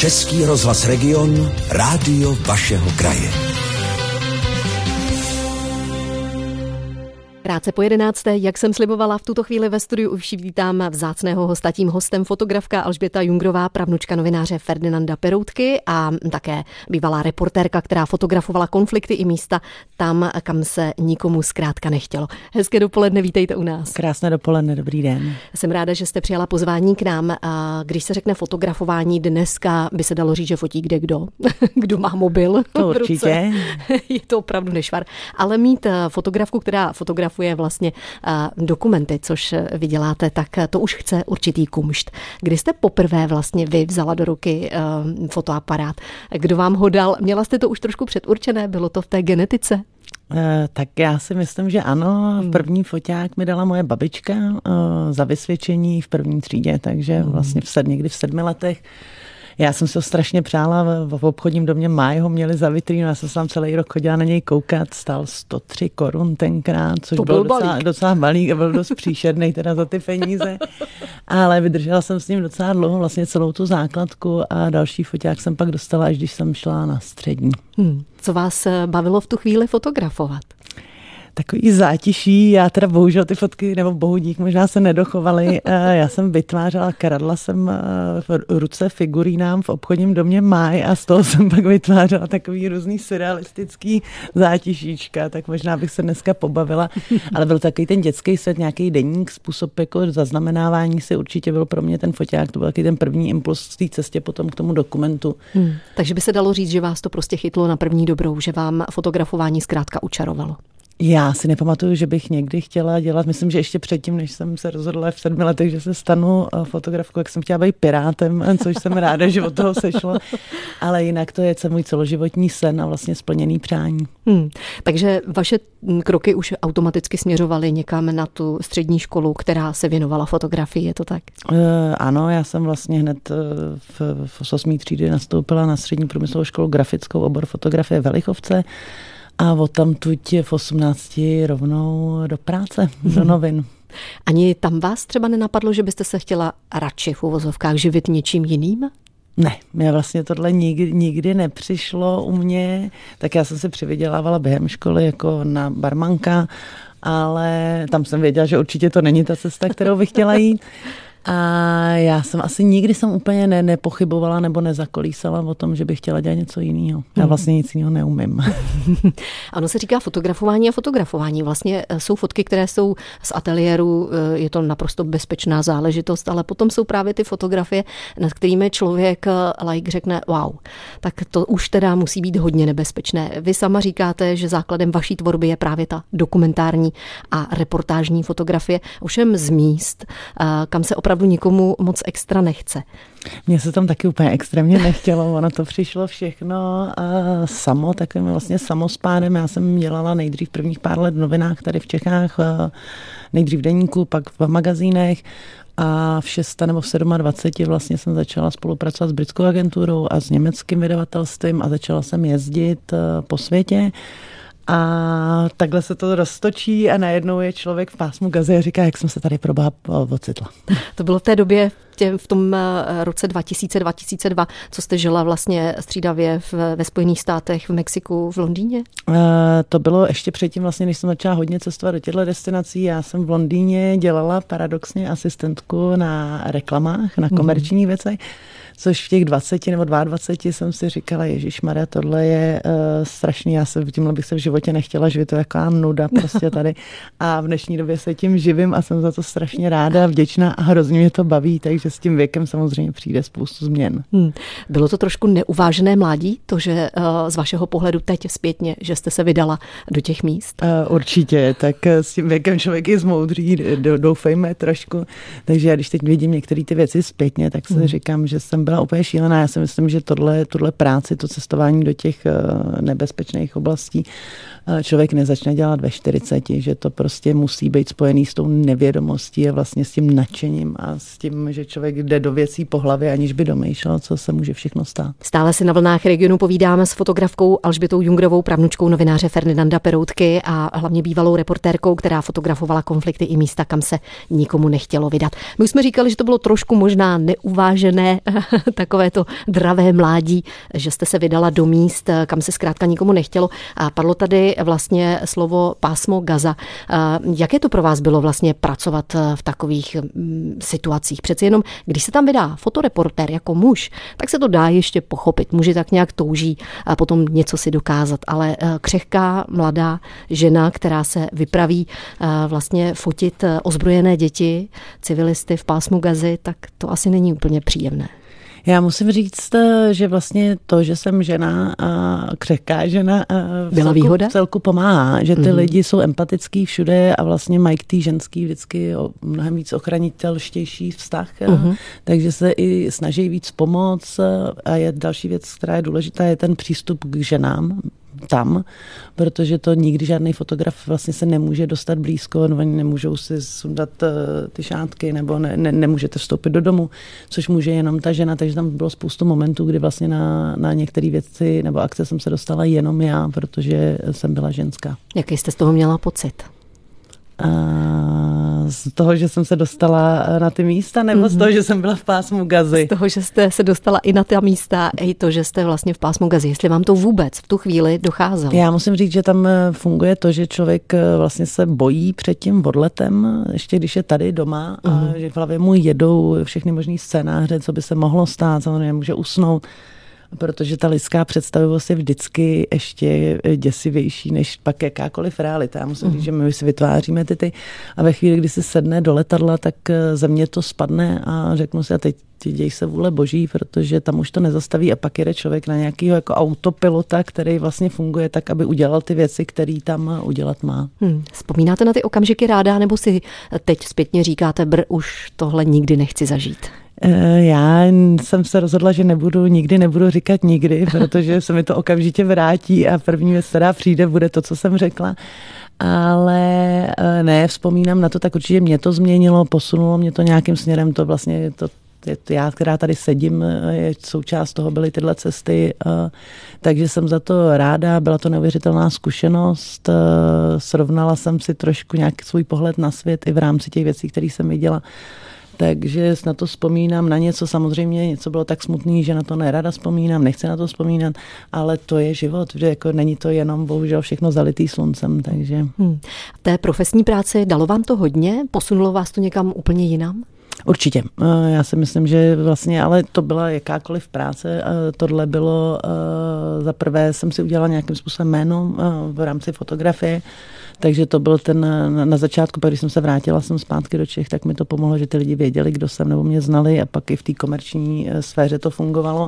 Český rozhlas Region, rádio vašeho kraje. Krátce po 11. Jak jsem slibovala, v tuto chvíli ve studiu už vítám vzácného hosta, tím hostem fotografka Alžběta Jungrová, pravnučka novináře Ferdinanda Peroutky a také bývalá reportérka, která fotografovala konflikty i místa tam, kam se nikomu zkrátka nechtělo. Hezké dopoledne, vítejte u nás. Krásné dopoledne, dobrý den. Jsem ráda, že jste přijala pozvání k nám. A když se řekne fotografování, dneska by se dalo říct, že fotí kdo. Kdo má mobil. To určitě. Je to opravdu nešvar. Ale mít fotografku, která fotografuje vlastně dokumenty, což vy děláte, tak to už chce určitý kumšt. Kdy jste poprvé vlastně vy vzala do ruky fotoaparát? Kdo vám ho dal? Měla jste to už trošku předurčené? Bylo to v té genetice? Tak já si myslím, že ano. První foťák mi dala moje babička za vysvědčení v první třídě, takže vlastně někdy v 7 letech. Já jsem se ho strašně přála, v obchodním domě Máj ho měli za vitrínu, já jsem se tam celý rok chodila na něj koukat, stál 103 korun tenkrát, což byl docela balík a byl dost příšerný teda za ty peníze, ale vydržela jsem s ním docela dlouho, vlastně celou tu základku a další foťák jsem pak dostala, až když jsem šla na střední. Co vás bavilo v tu chvíli fotografovat? Takový zátiší, já teda bohužel ty fotky, nebo bohudík, možná se nedochovaly. Já jsem vytvářela, kradla jsem v ruce figurínám v obchodním domě Máj a z toho jsem pak vytvářela takový různý surrealistický zátišíčka, tak možná bych se dneska pobavila. Ale byl takový ten dětský svět, nějaký deník, způsob jako zaznamenávání si určitě byl pro mě ten foťák, to byl takový ten první impuls v té cestě potom k tomu dokumentu. Takže by se dalo říct, že vás to prostě chytlo na první dobrou, že vám fotografování zkrátka učarovalo. Já si nepamatuju, že bych někdy chtěla dělat, myslím, že ještě předtím, než jsem se rozhodla v 7 letech, že se stanu fotografkou, jak jsem chtěla být pirátem, což jsem ráda, že od toho sešlo, ale jinak to je můj celoživotní sen a vlastně splněný přání. Takže vaše kroky už automaticky směřovaly někam na tu střední školu, která se věnovala fotografii, je to tak? Ano, já jsem vlastně hned v 8. třídy nastoupila na střední průmyslovou školu grafickou, obor fotografie v Helichovce. A odtamtud v 18 rovnou do práce, do novin. Ani tam vás třeba nenapadlo, že byste se chtěla radši v uvozovkách živit něčím jiným? Ne, mě vlastně tohle nikdy nepřišlo u mě, tak já jsem si přivydělávala během školy jako na barmanka, ale tam jsem věděla, že určitě to není ta cesta, kterou bych chtěla jít. A já jsem asi nikdy úplně nepochybovala nebo nezakolísala o tom, že bych chtěla dělat něco jiného. Já vlastně nic jiného neumím. Ano, se říká fotografování a fotografování. Vlastně jsou fotky, které jsou z ateliéru, je to naprosto bezpečná záležitost, ale potom jsou právě ty fotografie, nad kterými člověk laik řekne wow, tak to už teda musí být hodně nebezpečné. Vy sama říkáte, že základem vaší tvorby je právě ta dokumentární a reportážní fotografie, ovšem z míst, kam se opravdu nikomu moc extra nechce. Mně se tam taky úplně extrémně nechtělo, ono to přišlo všechno samo, takovým vlastně samospádem. Já jsem dělala nejdřív prvních pár let v novinách tady v Čechách, nejdřív v deníku, pak v magazínech a v 6 nebo v 27 vlastně jsem začala spolupracovat s britskou agenturou a s německým vydavatelstvím a začala jsem jezdit po světě. A takhle se to roztočí a najednou je člověk v pásmu Gazy a říká, jak jsem se tady pro boha ocitla. To bylo v té době, v tom roce 2000-2002, co jste žila vlastně střídavě ve Spojených státech, v Mexiku, v Londýně? To bylo ještě předtím, vlastně, než jsem začala hodně cestovat do těchto destinací. Já jsem v Londýně dělala paradoxně asistentku na reklamách, na komerčních věcech, což v těch 20 nebo 22 jsem si říkala, ježišmarja, tohle je strašný, tímhle bych se v životě nechtěla živit, to je taková nuda prostě tady. A v dnešní době se tím živím a jsem za to strašně ráda, vděčná a hrozně mě to baví, takže s tím věkem samozřejmě přijde spoustu změn. Bylo to trošku neuvážené mládí, to, že z vašeho pohledu teď zpětně, že jste se vydala do těch míst? Určitě, tak s tím věkem člověk je zmoudří, doufejme trošku. Takže já když teď vidím některé ty věci zpětně, tak si říkám, že jsem byla úplně šílená. Já si myslím, že tuhle práci, to cestování do těch nebezpečných oblastí člověk nezačne dělat ve 40, že to prostě musí být spojený s tou nevědomostí a vlastně s tím nadšením a s tím, že člověk jde do věcí po hlavě, aniž by domýšlel, co se může všechno stát. Stále si na vlnách Regionu povídáme s fotografkou Alžbětou Jungrovou, pravnučkou novináře Ferdinanda Peroutky a hlavně bývalou reportérkou, která fotografovala konflikty i místa, kam se nikomu nechtělo vydat. My už jsme říkali, že to bylo trošku možná neuvážené takové to dravé mládí, že jste se vydala do míst, kam se zkrátka nikomu nechtělo. A padlo tady vlastně slovo pásmo Gaza. Jaké to pro vás bylo vlastně pracovat v takových situacích? Přeci jenom, když se tam vydá fotoreportér jako muž, tak se to dá ještě pochopit. Muži tak nějak touží a potom něco si dokázat, ale křehká mladá žena, která se vypraví vlastně fotit ozbrojené děti, civilisty v pásmu Gazy, tak to asi není úplně příjemné. Já musím říct, že vlastně to, že jsem žena a křehká žena v celku pomáhá, že ty lidi jsou empatický všude a vlastně mají k té ženský vždycky mnohem víc ochranitelštější vztah, takže se i snaží víc pomoct a je další věc, která je důležitá, je ten přístup k ženám tam, protože to nikdy žádný fotograf vlastně se nemůže dostat blízko, oni nemůžou si sundat ty šátky nebo nemůžete vstoupit do domu, což může jenom ta žena, takže tam bylo spoustu momentů, kdy vlastně na některé věci nebo akce jsem se dostala jenom já, protože jsem byla ženská. Jaký jste z toho měla pocit? Z toho, že jsem se dostala na ty místa, nebo z toho, že jsem byla v pásmu Gazy? Z toho, že jste se dostala i na ty místa, i to, že jste vlastně v pásmu Gazy. Jestli vám to vůbec v tu chvíli docházelo? Já musím říct, že tam funguje to, že člověk vlastně se bojí před tím odletem, ještě když je tady doma, a že v hlavě mu jedou všechny možný scénáře, co by se mohlo stát, samozřejmě může usnout. Protože ta lidská představivost je vždycky ještě děsivější než pak jakákoliv realita. Já musím říct, že my si vytváříme ty a ve chvíli, kdy si sedne do letadla, tak ze mě to spadne a řeknu si, a teď děj se vůle boží, protože tam už to nezastaví a pak jede člověk na nějakého jako autopilota, který vlastně funguje tak, aby udělal ty věci, který tam udělat má. Vzpomínáte na ty okamžiky ráda, nebo si teď zpětně říkáte, už tohle nikdy nechci zažít? Já jsem se rozhodla, že nikdy nebudu říkat nikdy, protože se mi to okamžitě vrátí a první věc, která přijde, bude to, co jsem řekla. Ale ne, vzpomínám na to, tak určitě mě to změnilo, posunulo mě to nějakým směrem, to vlastně já, která tady sedím, je součást toho, byly tyhle cesty, takže jsem za to ráda, byla to neuvěřitelná zkušenost, srovnala jsem si trošku nějaký svůj pohled na svět i v rámci těch věcí, které jsem viděla. Takže na to vzpomínám na něco, samozřejmě něco bylo tak smutný, že na to nerada vzpomínám, nechci na to vzpomínat, ale to je život, že jako není to jenom bohužel všechno zalitý sluncem, takže. V té profesní práci dalo vám to hodně? Posunulo vás to někam úplně jinam? Určitě. Já si myslím, že vlastně, ale to byla jakákoliv práce. Tohle bylo, za prvé jsem si udělala nějakým způsobem jméno v rámci fotografie, takže to byl ten na začátku, pak když jsem se vrátila jsem zpátky do Čech, tak mi to pomohlo, že ty lidi věděli, kdo jsem, nebo mě znali a pak i v té komerční sféře to fungovalo.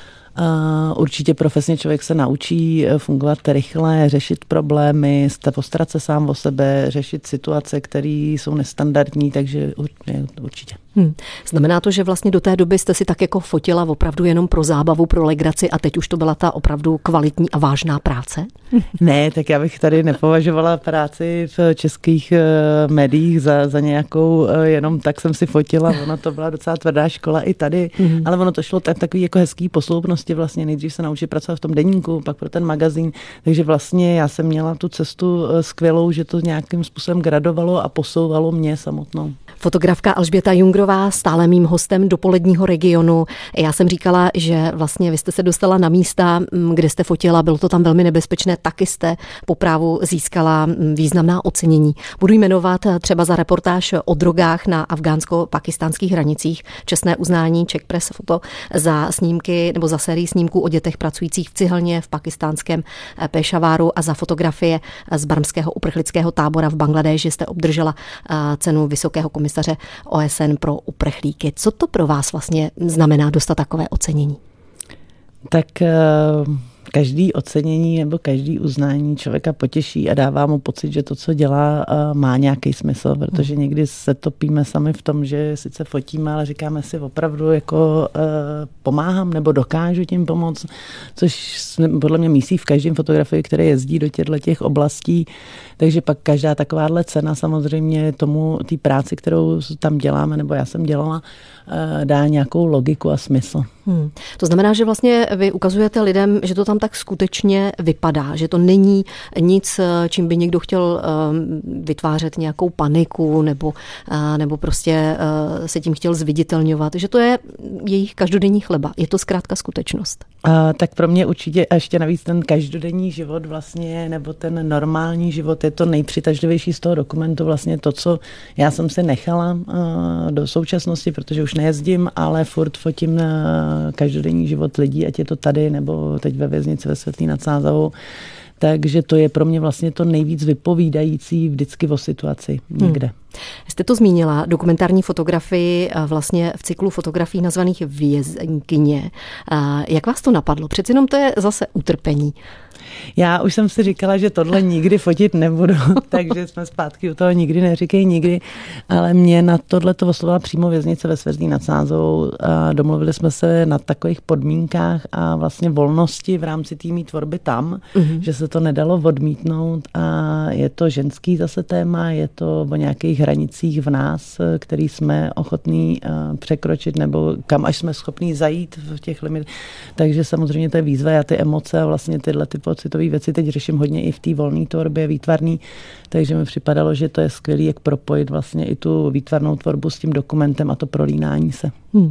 Určitě profesně člověk se naučí fungovat rychle, řešit problémy, postarat se sám o sebe, řešit situace, které jsou nestandardní, takže určitě. Znamená to, že vlastně do té doby jste si tak jako fotila opravdu jenom pro zábavu, pro legraci a teď už to byla ta opravdu kvalitní a vážná práce? Ne, tak já bych tady nepovažovala práci v českých médiích za nějakou, jenom tak jsem si fotila, ono to byla docela tvrdá škola i tady, ale ono to šlo takový jako hezký posloupnosti vlastně, nejdřív se naučit pracovat v tom deníku, pak pro ten magazín, takže vlastně já jsem měla tu cestu skvělou, že to nějakým způsobem gradovalo a posouvalo mě samotnou. Fotografka Alžběta Jungrová, stále mým hostem Dopoledního regionu. Já jsem říkala, že vlastně vy jste se dostala na místa, kde jste fotila, bylo to tam velmi nebezpečné, taky jste po právu získala významná ocenění. Budu jmenovat třeba za reportáž o drogách na afgánsko-pakistánských hranicích, čestné uznání Czech Press Photo za snímky nebo za sérii snímků o dětech pracujících v cihelně v pakistánském Pešaváru a za fotografie z barmského uprchlického tábora v Bangladéši jste obdržela cenu Vysokého komisaře OSN pro uprchlíky. Co to pro vás vlastně znamená dostat takové ocenění? Tak každý ocenění nebo každý uznání člověka potěší a dává mu pocit, že to, co dělá, má nějaký smysl, protože někdy se topíme sami v tom, že sice fotíme, ale říkáme si opravdu jako pomáhám nebo dokážu tím pomoct, což podle mě mísí v každém fotografii, který jezdí do těch oblastí, takže pak každá takováhle cena samozřejmě tomu, té práci, kterou tam děláme, nebo já jsem dělala, dá nějakou logiku a smysl. To znamená, že vlastně vy ukazujete lidem, že to tam tak skutečně vypadá, že to není nic, čím by někdo chtěl vytvářet nějakou paniku nebo prostě se tím chtěl zviditelňovat, že to je jejich každodenní chleba. Je to zkrátka skutečnost. Tak pro mě určitě a ještě navíc ten každodenní život vlastně, nebo ten normální život je to nejpřitažlivější z toho dokumentu, vlastně to, co já jsem si nechala do současnosti, protože už nejezdím, ale furt fotím každodenní život lidí, ať je to tady, nebo teď ve věznici ve Světlý nad Sázavou. Takže to je pro mě vlastně to nejvíc vypovídající vždycky o situaci někde. Jste to zmínila, dokumentární fotografii vlastně v cyklu fotografií nazvaných Vězenkyně. Jak vás to napadlo? Přeci jenom to je zase utrpení. Já už jsem si říkala, že tohle nikdy fotit nebudu, takže jsme zpátky u toho nikdy neříkej nikdy, ale mě na tohle to oslovila přímo věznice ve Světlý nad Sázavou. Domluvili jsme se na takových podmínkách a vlastně volnosti v rámci té mý tvorby tam, že se to nedalo odmítnout a je to ženský zase téma, je to o nějakých hranicích v nás, který jsme ochotní překročit nebo kam až jsme schopní zajít v těch limitech. Takže samozřejmě to je výzva, já ty emoce a vlastně tyhle ty pocitové věci teď řeším hodně i v té volné tvorbě, výtvarný, takže mi připadalo, že to je skvělý, jak propojit vlastně i tu výtvarnou tvorbu s tím dokumentem a to prolínání se.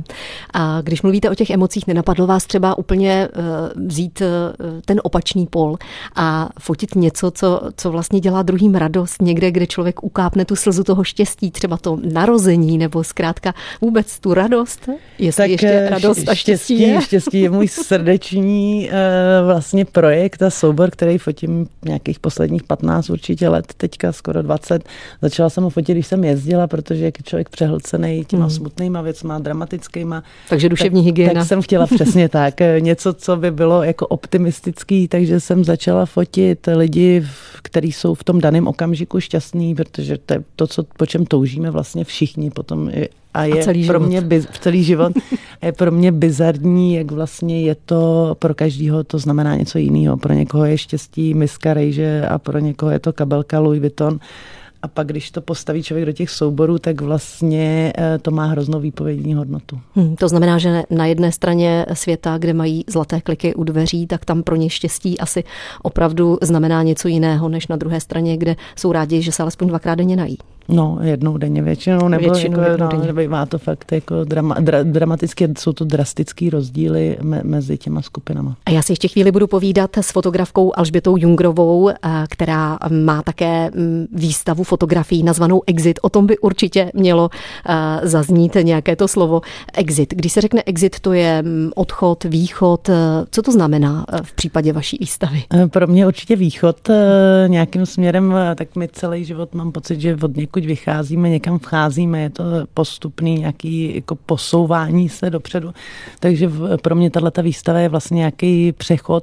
A když mluvíte o těch emocích, nenapadlo vás třeba úplně vzít ten opačný pol a fotit něco, co vlastně dělá druhým radost, někde, kde člověk ukápne tu slzu toho štěstí, třeba to narození, nebo zkrátka vůbec tu radost? Jestli tak ještě radost a štěstí je? Štěstí je můj srdeční vlastně projekt a soubor, který fotím nějakých posledních 15 určitě let, teďka skoro 20. Začala jsem ho fotit, když jsem jezdila, protože je člověk přehlcenej těma smutnýma věcma, dramatickýma. Takže duševní hygiena. Tak jsem chtěla přesně tak. Něco, co by bylo jako optimistický, takže jsem začala fotit lidi, kteří jsou v tom daném okamžiku šťastní, protože to je to, po čem toužíme vlastně všichni potom. A je pro mě celý život je pro mě bizarní, jak vlastně je to pro každého, to znamená něco jiného. Pro někoho je štěstí miska rejže a pro někoho je to kabelka Louis Vuitton. A pak, když to postaví člověk do těch souborů, tak vlastně to má hroznou výpovědní hodnotu. To znamená, že na jedné straně světa, kde mají zlaté kliky u dveří, tak tam pro ně štěstí asi opravdu znamená něco jiného, než na druhé straně, kde jsou rádi, že se alespoň dvakrát denně nají. No, jednou denně většinou, nebo má to fakt jako dramaticky, jsou to drastický rozdíly mezi těma skupinama. A já si ještě chvíli budu povídat s fotografkou Alžbětou Jungrovou, která má také výstavu fotografií nazvanou Exit. O tom by určitě mělo zaznít nějaké to slovo Exit. Když se řekne Exit, to je odchod, východ. Co to znamená v případě vaší výstavy? Pro mě určitě východ nějakým směrem, tak my celý život mám pocit, že od někud vycházíme, někam vcházíme, je to postupný nějaký jako posouvání se dopředu. Takže pro mě tato výstava je vlastně nějaký přechod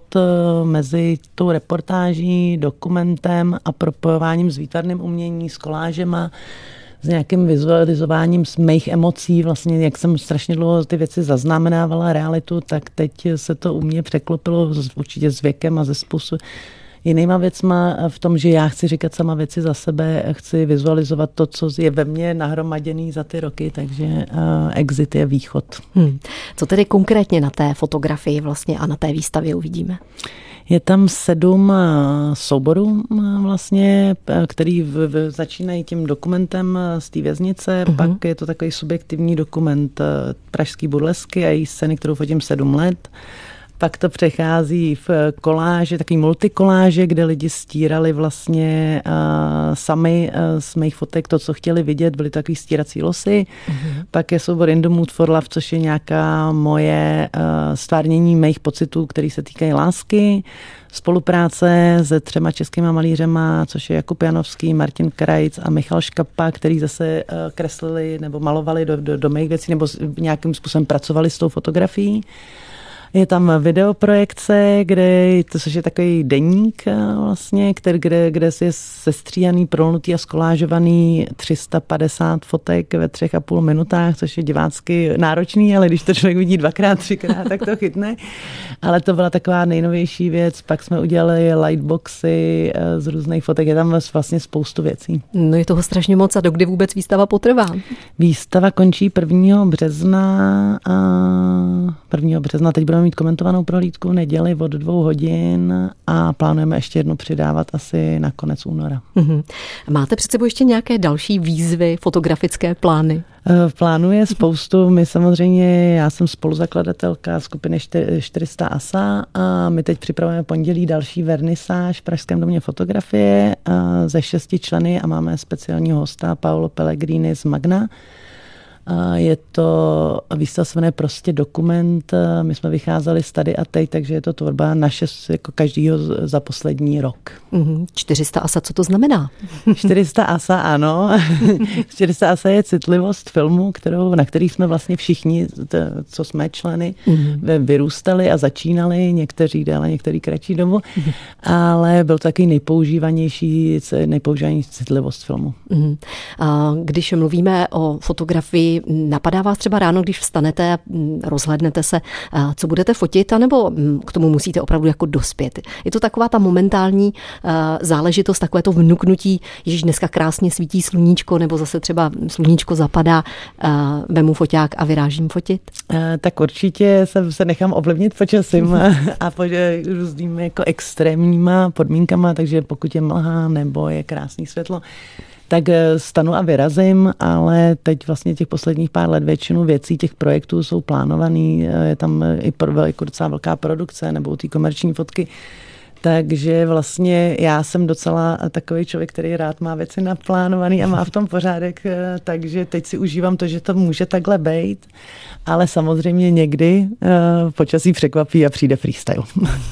mezi tou reportáží, dokumentem a propojováním s výtvarným uměním, s kolážema, s nějakým vizualizováním z mých emocí, vlastně jak jsem strašně dlouho ty věci zaznamenávala realitu, tak teď se to u mě překlopilo určitě s věkem a ze způsobu jinýma věcma v tom, že já chci říkat sama věci za sebe, chci vizualizovat to, co je ve mně nahromaděný za ty roky, takže exit je východ. Co tedy konkrétně na té fotografii vlastně a na té výstavě uvidíme? Je tam 7 souborů vlastně, který začínají tím dokumentem z té věznice, pak je to takový subjektivní dokument pražský burlesky a její scény, kterou fotím 7 let. Pak to přechází v koláže, takový multikoláže, kde lidi stírali vlastně sami z mých fotek to, co chtěli vidět, byly takový stírací losy. Pak je soubor In the Mood for Love, což je nějaká moje stvárnění mých pocitů, které se týkají lásky. Spolupráce se 3 českýma malířema, což je Jakub Janovský, Martin Krajc a Michal Škapa, který zase kreslili nebo malovali do mých věcí nebo nějakým způsobem pracovali s tou fotografií. Je tam videoprojekce, což je takový deník vlastně, kde je sestříhaný, prolnutý a skolážovaný 350 fotek ve 3,5 minutách, což je divácky náročný, ale když to člověk vidí 2x, 3x, tak to chytne. Ale to byla taková nejnovější věc. Pak jsme udělali lightboxy z různých fotek. Je tam vlastně spoustu věcí. No je toho strašně moc. A dokdy vůbec výstava potrvá? Výstava končí 1. března 1. března. Teď budeme mít komentovanou prohlídku v neděli od 2 hodin a plánujeme ještě jednu přidávat asi na konec února. Máte před sebou ještě nějaké další výzvy, fotografické plány? Plánuje spoustu. My samozřejmě, já jsem spoluzakladatelka skupiny 400 ASA a my teď připravujeme pondělí další vernisáž v Pražském domě fotografie ze 6 členy a máme speciálního hosta Paolo Pellegrini z Magna. Je to výstava se jmenuje prostě Dokument. My jsme vycházeli z Tady a teď, takže je to tvorba naše jako každýho za poslední rok. 400 ASA, co to znamená? 400 ASA, ano. 400 ASA je citlivost filmu, na který jsme vlastně všichni, co jsme členy, vyrůstali a začínali, někteří déle, některý kratší dobu, ale byl to taky nejpoužívanější citlivost filmu. A když mluvíme o fotografii, napadá vás třeba ráno, když vstanete, rozhlédnete se, co budete fotit, anebo k tomu musíte opravdu jako dospět? Je to taková ta momentální záležitost, takové to vnuknutí, jež dneska krásně svítí sluníčko, nebo zase třeba sluníčko zapadá, vemu foťák a vyrážím fotit? Tak určitě se nechám ovlivnit počasím a různými jako extrémníma podmínkama, takže pokud je mlha nebo je krásný světlo, tak stanu a vyrazím, ale teď vlastně těch posledních pár let většinu věcí, těch projektů jsou plánovaný, je tam i jako docela velká produkce nebo ty komerční fotky, takže vlastně já jsem docela takový člověk, který rád má věci naplánovaný a má v tom pořádek, takže teď si užívám to, že to může takhle být, ale samozřejmě někdy počasí překvapí a přijde freestyle.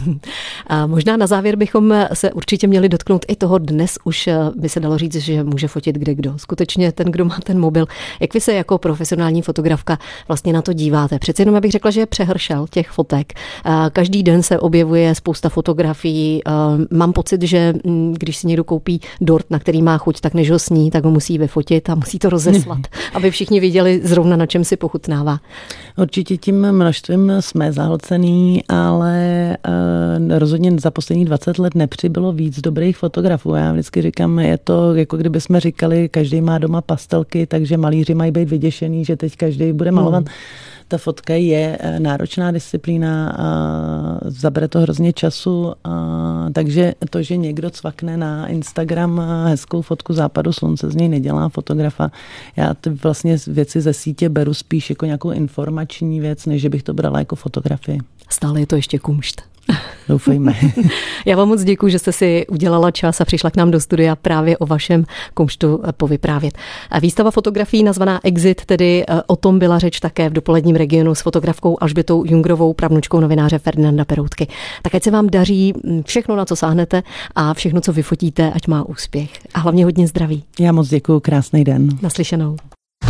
A možná na závěr bychom se určitě měli dotknout i toho, dnes už by se dalo říct, že může fotit kdekdo. Skutečně ten, kdo má ten mobil. Jak vy se jako profesionální fotografka vlastně na to díváte? Přeci jenom bych řekla, že je přehršel těch fotek. Každý den se objevuje spousta fotografií. Mám pocit, že když si někdo koupí dort, na který má chuť, tak než ho sní, tak ho musí vyfotit a musí to rozeslat, aby všichni viděli zrovna, na čem si pochutnává. Určitě tím množstvím jsme zahlcený, ale rozhodně za posledních 20 let nepřibylo víc dobrých fotografů. Já vždycky říkám, je to jako kdyby jsme říkali, každý má doma pastelky, takže malíři mají být vyděšený, že teď každý bude malovat. Ta fotka je náročná disciplína, zabere to hrozně času, takže to, že někdo cvakne na Instagram hezkou fotku západu slunce, z něj nedělá fotografa. Já ty vlastně věci ze sítě beru spíš jako nějakou informační věc, než že bych to brala jako fotografii. Stále je to ještě kumšt. Doufejme. Já vám moc děkuji, že jste si udělala čas a přišla k nám do studia právě o vašem kumštu povyprávět. Výstava fotografií nazvaná Exit, tedy o tom byla řeč také v dopoledním Regionu s fotografkou Alžbětou Jungrovou, pravnučkou novináře Ferdinanda Peroutky. Tak ať se vám daří všechno, na co sáhnete a všechno, co vyfotíte, ať má úspěch. A hlavně hodně zdraví. Já moc děkuji, krásný den. Naslyšenou.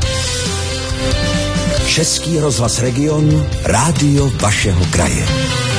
Český rozhlas Region, rádio vašeho kraje.